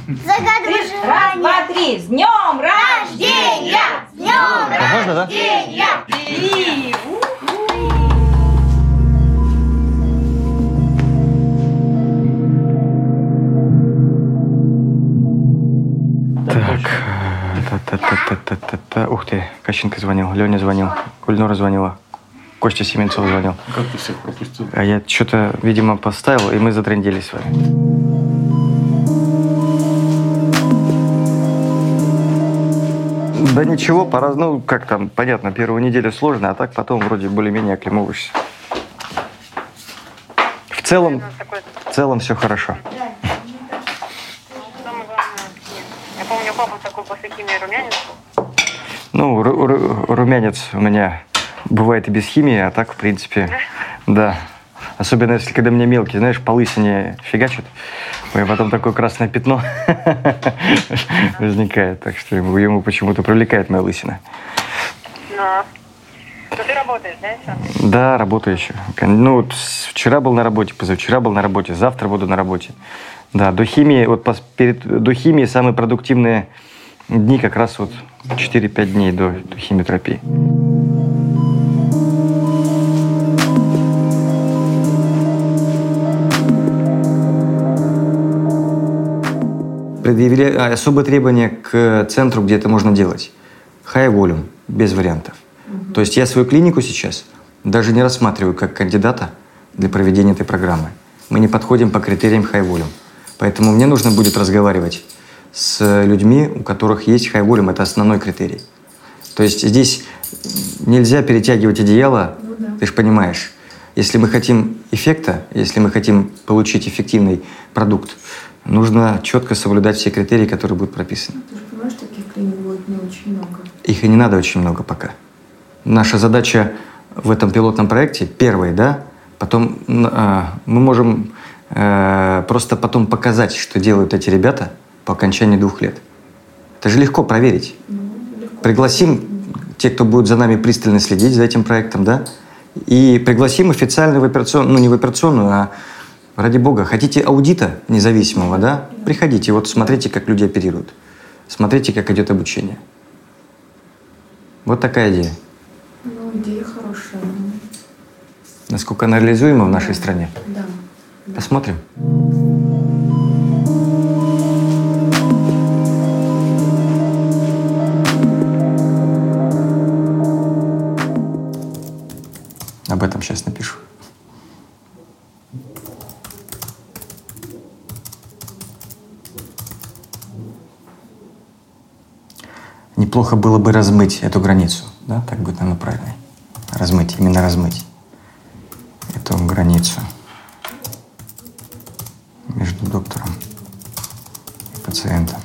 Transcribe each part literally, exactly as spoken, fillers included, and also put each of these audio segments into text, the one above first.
Загадывай желание. Раз, два, три. С днем рождения! С днем рождения! И... Так, та-та-та-та-та-та. Ух ты, Кащенко звонил, Леня звонил, Гульнора звонила, Костя Семенцов звонил. Как ты всех пропустил? А я что-то, видимо, поставил, и мы затрындились с вами. Да ничего, пора, ну, как там, понятно, первую неделю сложно, а так потом вроде более-менее оклемываешься. В целом, в целом все хорошо. Я помню, папа такой после химии румянец был. Ну, ру- ру- румянец у меня бывает и без химии, а так, в принципе, да. Особенно, если когда мне мелкие, знаешь, по лысине фигачат, и потом такое красное пятно возникает. Так что ему, ему почему-то привлекает моя лысина. Но. Но ты работаешь, да, еще? Да, работаю еще. Ну, вот с- вчера был на работе, позавчера был на работе, завтра буду на работе. Да, до химии, вот пос- перед, до химии самые продуктивные дни как раз вот четыре-пять дней до, до химиотерапии. Предъявили а, особые требования к центру, где это можно делать. High volume, без вариантов. Mm-hmm. То есть я свою клинику сейчас даже не рассматриваю как кандидата для проведения этой программы. Мы не подходим по критериям high volume. Поэтому мне нужно будет разговаривать с людьми, у которых есть high volume. Это основной критерий. То есть здесь нельзя перетягивать одеяло, ну, да. Ты же понимаешь. Если мы хотим эффекта, если мы хотим получить эффективный продукт, нужно четко соблюдать все критерии, которые будут прописаны. Ты же понимаешь, таких клиник будет не очень много. Их и не надо очень много пока. Наша задача в этом пилотном проекте, первый, да, потом э, мы можем э, просто потом показать, что делают эти ребята по окончании двух лет. Это же легко проверить. Ну, легко. Пригласим те, кто будет за нами пристально следить, за этим проектом, да, и пригласим официально в операционную, ну не в операционную, а ради бога, хотите аудита независимого, да? Приходите, вот смотрите, как люди оперируют. Смотрите, как идет обучение. Вот такая идея. Ну, идея хорошая. Насколько она реализуема в нашей стране? Да. Посмотрим. Об этом сейчас напишу. Неплохо было бы размыть эту границу, да, так будет, наверное, правильно. Размыть, именно размыть эту границу между доктором и пациентом.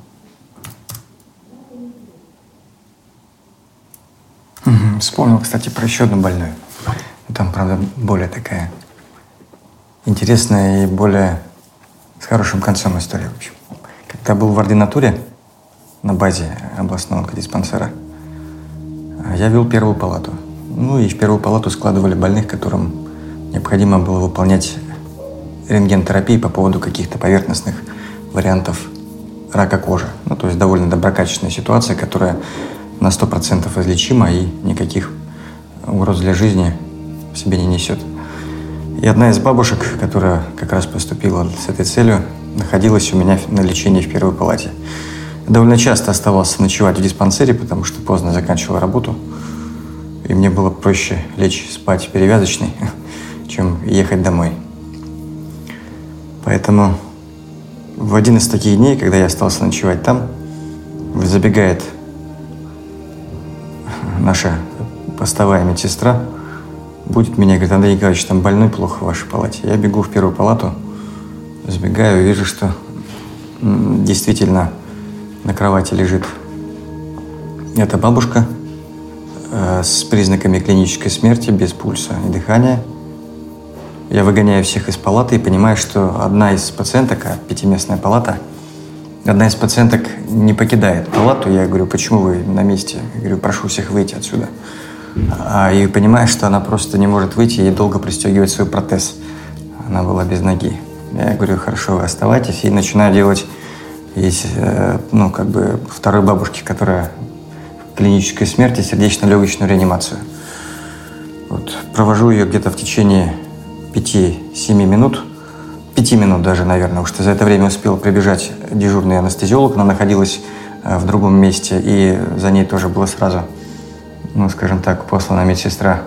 Угу. Вспомнил, кстати, про еще одну больную. Там, правда, более такая интересная и более с хорошим концом история, в общем. Когда был в ординатуре на базе областного онкодиспансера, я вел первую палату. Ну и в первую палату складывали больных, которым необходимо было выполнять рентгенотерапию по поводу каких-то поверхностных вариантов рака кожи. Ну, то есть довольно доброкачественная ситуация, которая на сто процентов излечима и никаких угроз для жизни в себе не несет. И одна из бабушек, которая как раз поступила с этой целью, находилась у меня на лечении в первой палате. Довольно часто оставался ночевать в диспансере, потому что поздно заканчивал работу. И мне было проще лечь спать перевязочной, чем ехать домой. Поэтому в один из таких дней, когда я остался ночевать там, забегает наша постовая медсестра, будет меня, говорит: Андрей Николаевич, там больной плохо в вашей палате. Я бегу в первую палату, забегаю, вижу, что действительно на кровати лежит эта бабушка э, с признаками клинической смерти, без пульса и дыхания. Я выгоняю всех из палаты и понимаю, что одна из пациенток, а пятиместная палата, одна из пациенток не покидает палату. Я говорю: почему вы на месте? Я говорю: прошу всех выйти отсюда. А, и понимаю, что она просто не может выйти и долго пристегивать свой протез. Она была без ноги. Я говорю: хорошо, вы оставайтесь. И начинаю делать есть, ну, как бы второй бабушки, которая в клинической смерти, сердечно-легочную реанимацию. Вот. Провожу ее где-то в течение пяти-семи минут, пяти минут даже, наверное, потому что за это время успел прибежать дежурный анестезиолог, она находилась в другом месте, и за ней тоже было сразу, ну, скажем так, послана медсестра.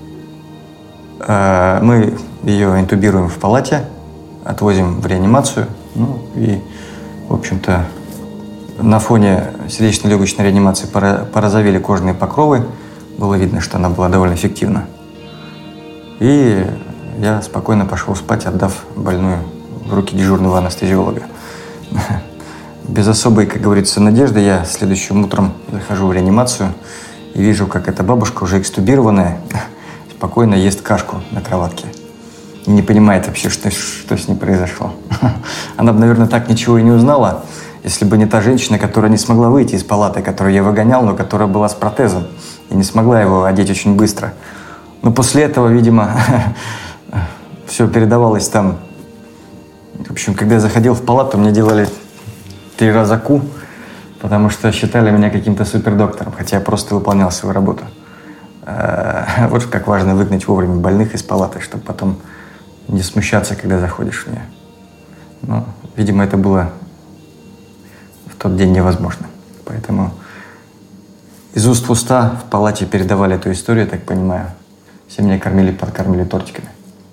Мы ее интубируем в палате, отвозим в реанимацию, ну, и, в общем-то, на фоне сердечно-легочной реанимации порозовели кожные покровы, было видно, что она была довольно эффективна. И я спокойно пошел спать, отдав больную в руки дежурного анестезиолога. Без особой, как говорится, надежды я следующим утром захожу в реанимацию и вижу, как эта бабушка, уже экстубированная, спокойно ест кашку на кроватке. И не понимает вообще, что, что с ней произошло. Она бы, наверное, так ничего и не узнала, если бы не та женщина, которая не смогла выйти из палаты, которую я выгонял, но которая была с протезом и не смогла его одеть очень быстро. Но после этого, видимо, все передавалось там. В общем, когда я заходил в палату, мне делали три раза ку, потому что считали меня каким-то супердоктором, хотя я просто выполнял свою работу. Вот как важно выгнать вовремя больных из палаты, чтобы потом не смущаться, когда заходишь в нее. Но, видимо, это было в тот день невозможно. Поэтому из уст в уста в палате передавали эту историю, я так понимаю. Все меня кормили, подкормили тортиками.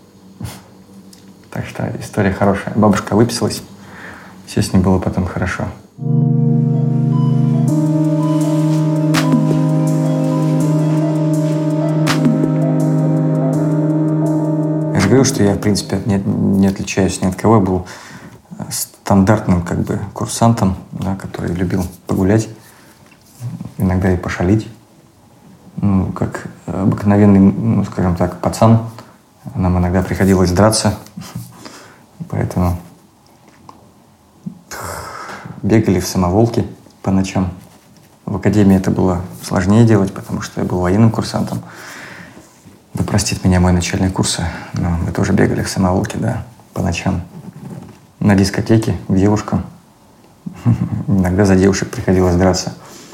Так что история хорошая. Бабушка выписалась, все с ней было потом хорошо. Я же говорю, что я, в принципе, не, не отличаюсь ни от кого. Я был стандартным, как бы, курсантом, да, который любил погулять, иногда и пошалить. Ну, как обыкновенный, ну, скажем так, пацан, нам иногда приходилось драться, поэтому бегали в самоволки по ночам. В академии это было сложнее делать, потому что я был военным курсантом. Да простит меня мой начальник курса, но мы тоже бегали в самоволки, да, по ночам. На дискотеке, к девушкам. Иногда за девушек приходилось драться.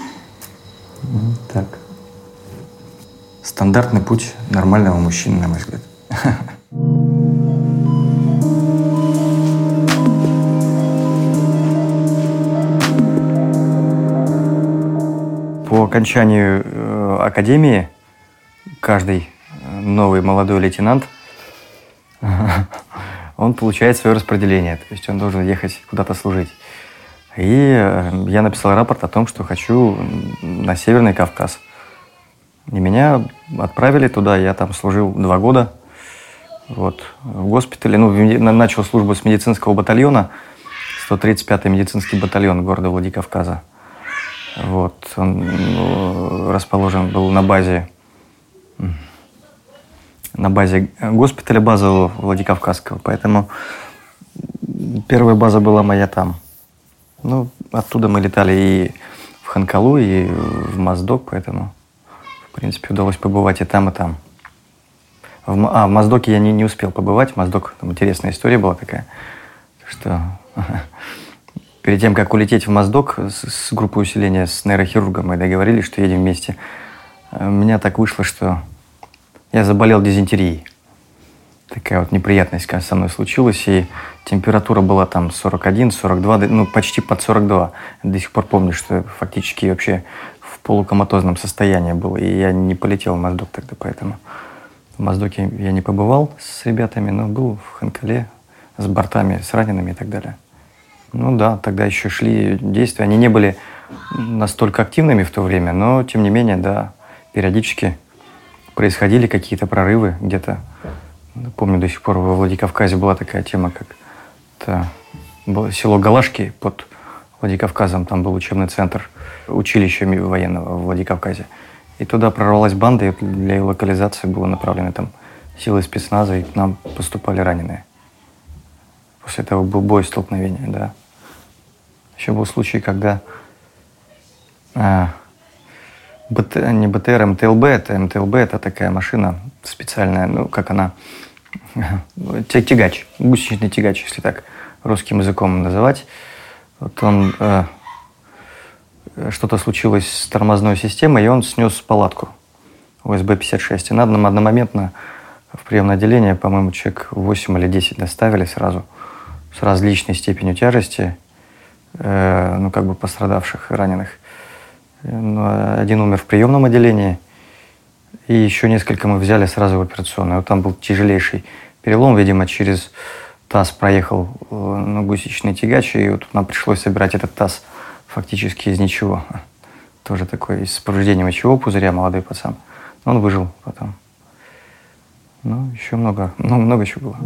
Так. Стандартный путь нормального мужчины, на мой взгляд. По окончанию э, академии каждый новый молодой лейтенант, он получает свое распределение, то есть он должен ехать куда-то служить. И я написал рапорт о том, что хочу на Северный Кавказ. И меня отправили туда, я там служил два года. Вот, в госпитале, ну, начал службу с медицинского батальона, сто тридцать пятый медицинский батальон города Владикавказа. Вот, он ну, расположен был на базе, на базе госпиталя базового Владикавказского, поэтому первая база была моя там. Ну, оттуда мы летали и в Ханкалу, и в Моздок, поэтому, в принципе, удалось побывать и там, и там. В, а, в Моздоке я не, не успел побывать. Моздок, там интересная история была такая, что перед тем, как улететь в Моздок с, с группой усиления с нейрохирургом, мы договорились, что едем вместе. У меня так вышло, что я заболел дизентерией. Такая вот неприятность со мной случилась, и температура была там сорок один — сорок два, ну почти под сорок два. До сих пор помню, что фактически вообще в полукоматозном состоянии был, и я не полетел в Моздок тогда, поэтому в Моздоке я не побывал с ребятами, но был в Ханкале с бортами, с ранеными и так далее. Ну да, тогда еще шли действия, они не были настолько активными в то время, но тем не менее, да, периодически происходили какие-то прорывы где-то. Помню, до сих пор во Владикавказе была такая тема, как это было село Галашки под Владикавказом. Там был учебный центр училища военного в Владикавказе. И туда прорвалась банда, и для ее локализации было направлено там силы спецназа, и к нам поступали раненые. После этого был бой, столкновение, да. Еще был случай, когда а, БТ, не БТР, МТЛБ, это МТЛБ, это такая машина специальная, ну, как она, тягач, гусеничный тягач, если так русским языком называть. Вот он, э, что-то случилось с тормозной системой, и он снес палатку У Эс Бэ пятьдесят шесть. И надо нам одномоментно в приемное отделение, по-моему, человек восемь или десять доставили сразу с различной степенью тяжести, э, ну, как бы пострадавших, раненых. Ну, один умер в приемном отделении, и еще несколько мы взяли сразу в операционную. Вот там был тяжелейший перелом, видимо, через таз проехал ну, гусечный тягач, и вот нам пришлось собирать этот таз фактически из ничего. Тоже такой, с повреждением мочевого пузыря, молодой пацан. Но он выжил потом. Ну, еще много, ну, много еще было.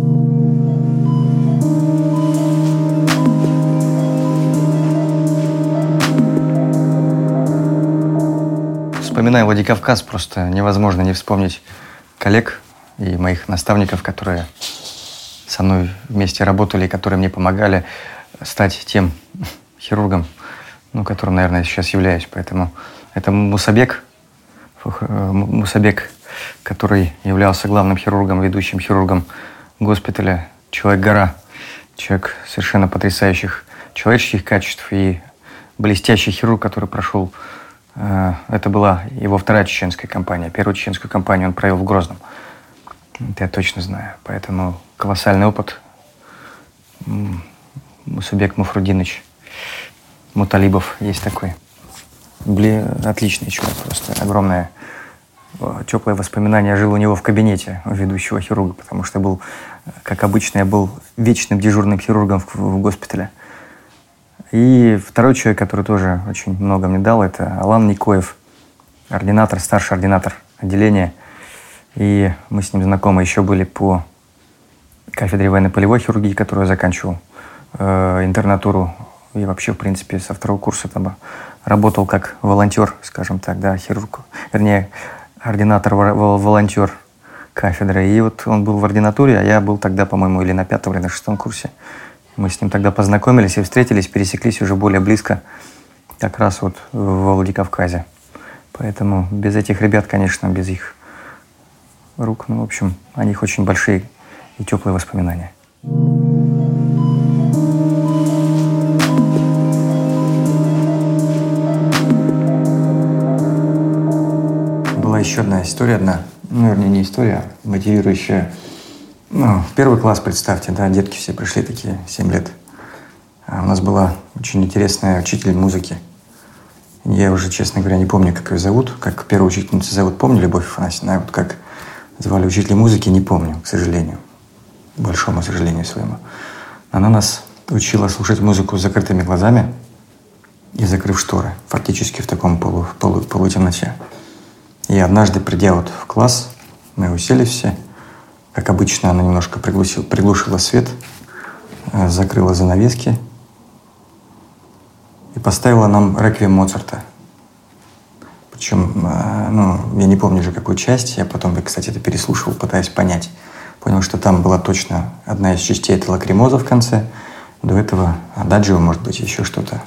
Вспоминая Владикавказ, просто невозможно не вспомнить коллег и моих наставников, которые со мной вместе работали, которые мне помогали стать тем хирургом, ну, которым, наверное, сейчас являюсь. Поэтому это Мусабек, Мусабек, который являлся главным хирургом, ведущим хирургом госпиталя, человек-гора, человек совершенно потрясающих человеческих качеств и блестящий хирург, который прошел. Это была его вторая чеченская кампания. Первую чеченскую кампанию он провел в Грозном. Это я точно знаю. Поэтому колоссальный опыт. Мусабек Муфрудинович Муталибов есть такой. Блин, отличный человек просто. Огромное теплое воспоминание. Я жил у него в кабинете у ведущего хирурга, потому что был, как обычно, я был вечным дежурным хирургом в, в госпитале. И второй человек, который тоже очень много мне дал, это Алан Никоев, ординатор, старший ординатор отделения. И мы с ним знакомы еще были по кафедре военно-полевой хирургии, которую я заканчивал, э, интернатуру. И вообще, в принципе, со второго курса там работал как волонтер, скажем так, да, хирург. Вернее, ординатор, волонтер кафедры. И вот он был в ординатуре, а я был тогда, по-моему, или на пятом, или на шестом курсе. Мы с ним тогда познакомились и встретились, пересеклись уже более близко, как раз вот в Владикавказе. Поэтому без этих ребят, конечно, без их рук, ну, в общем, о них очень большие и теплые воспоминания. Была еще одна история, одна, ну, вернее, не история, а мотивирующая. Ну, в первый класс, представьте, да, детки все пришли такие, семь лет. А у нас была очень интересная учитель музыки. Я уже, честно говоря, не помню, как ее зовут, как первую учительницу зовут, помню, Любовь Афанасьевна, а вот как звали учителя музыки, не помню, к сожалению, к большому сожалению своему. Она нас учила слушать музыку с закрытыми глазами и закрыв шторы, фактически в таком полу, полу, полутемноте. И однажды, придя вот в класс, мы уселись все. Как обычно, она немножко приглушила, приглушила свет, закрыла занавески и поставила нам реквием Моцарта. Причем, ну, я не помню уже какую часть, я потом, кстати, это переслушивал, пытаясь понять. Понял, что там была точно одна из частей, это лакримоза в конце. До этого ададжио, может быть, еще что-то.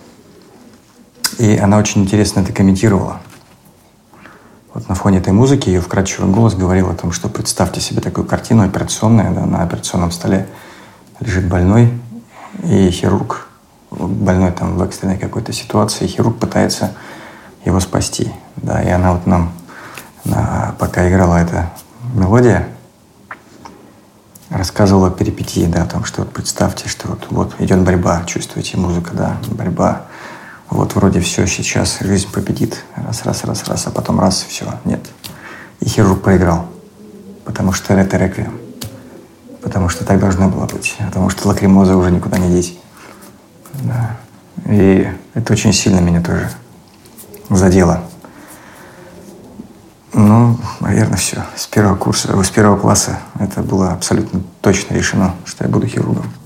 И она очень интересно это комментировала. Вот на фоне этой музыки ее вкрадчивый голос говорил о том, что представьте себе такую картину операционную, да, на операционном столе лежит больной, и хирург, больной там в экстренной какой-то ситуации, хирург пытается его спасти. Да, и она вот нам, на, пока играла эта мелодия, рассказывала перипетии, да, о том, что вот представьте, что вот, вот идет борьба, чувствуете музыка, да, борьба. Вот вроде все, сейчас жизнь победит. Раз, раз, раз, раз, а потом раз, все, нет. И хирург проиграл. Потому что это реквием. Потому что так должно было быть. Потому что лакримоза уже никуда не деть. Да. И это очень сильно меня тоже задело. Ну, наверное, все. С первого курса, с первого класса это было абсолютно точно решено, что я буду хирургом.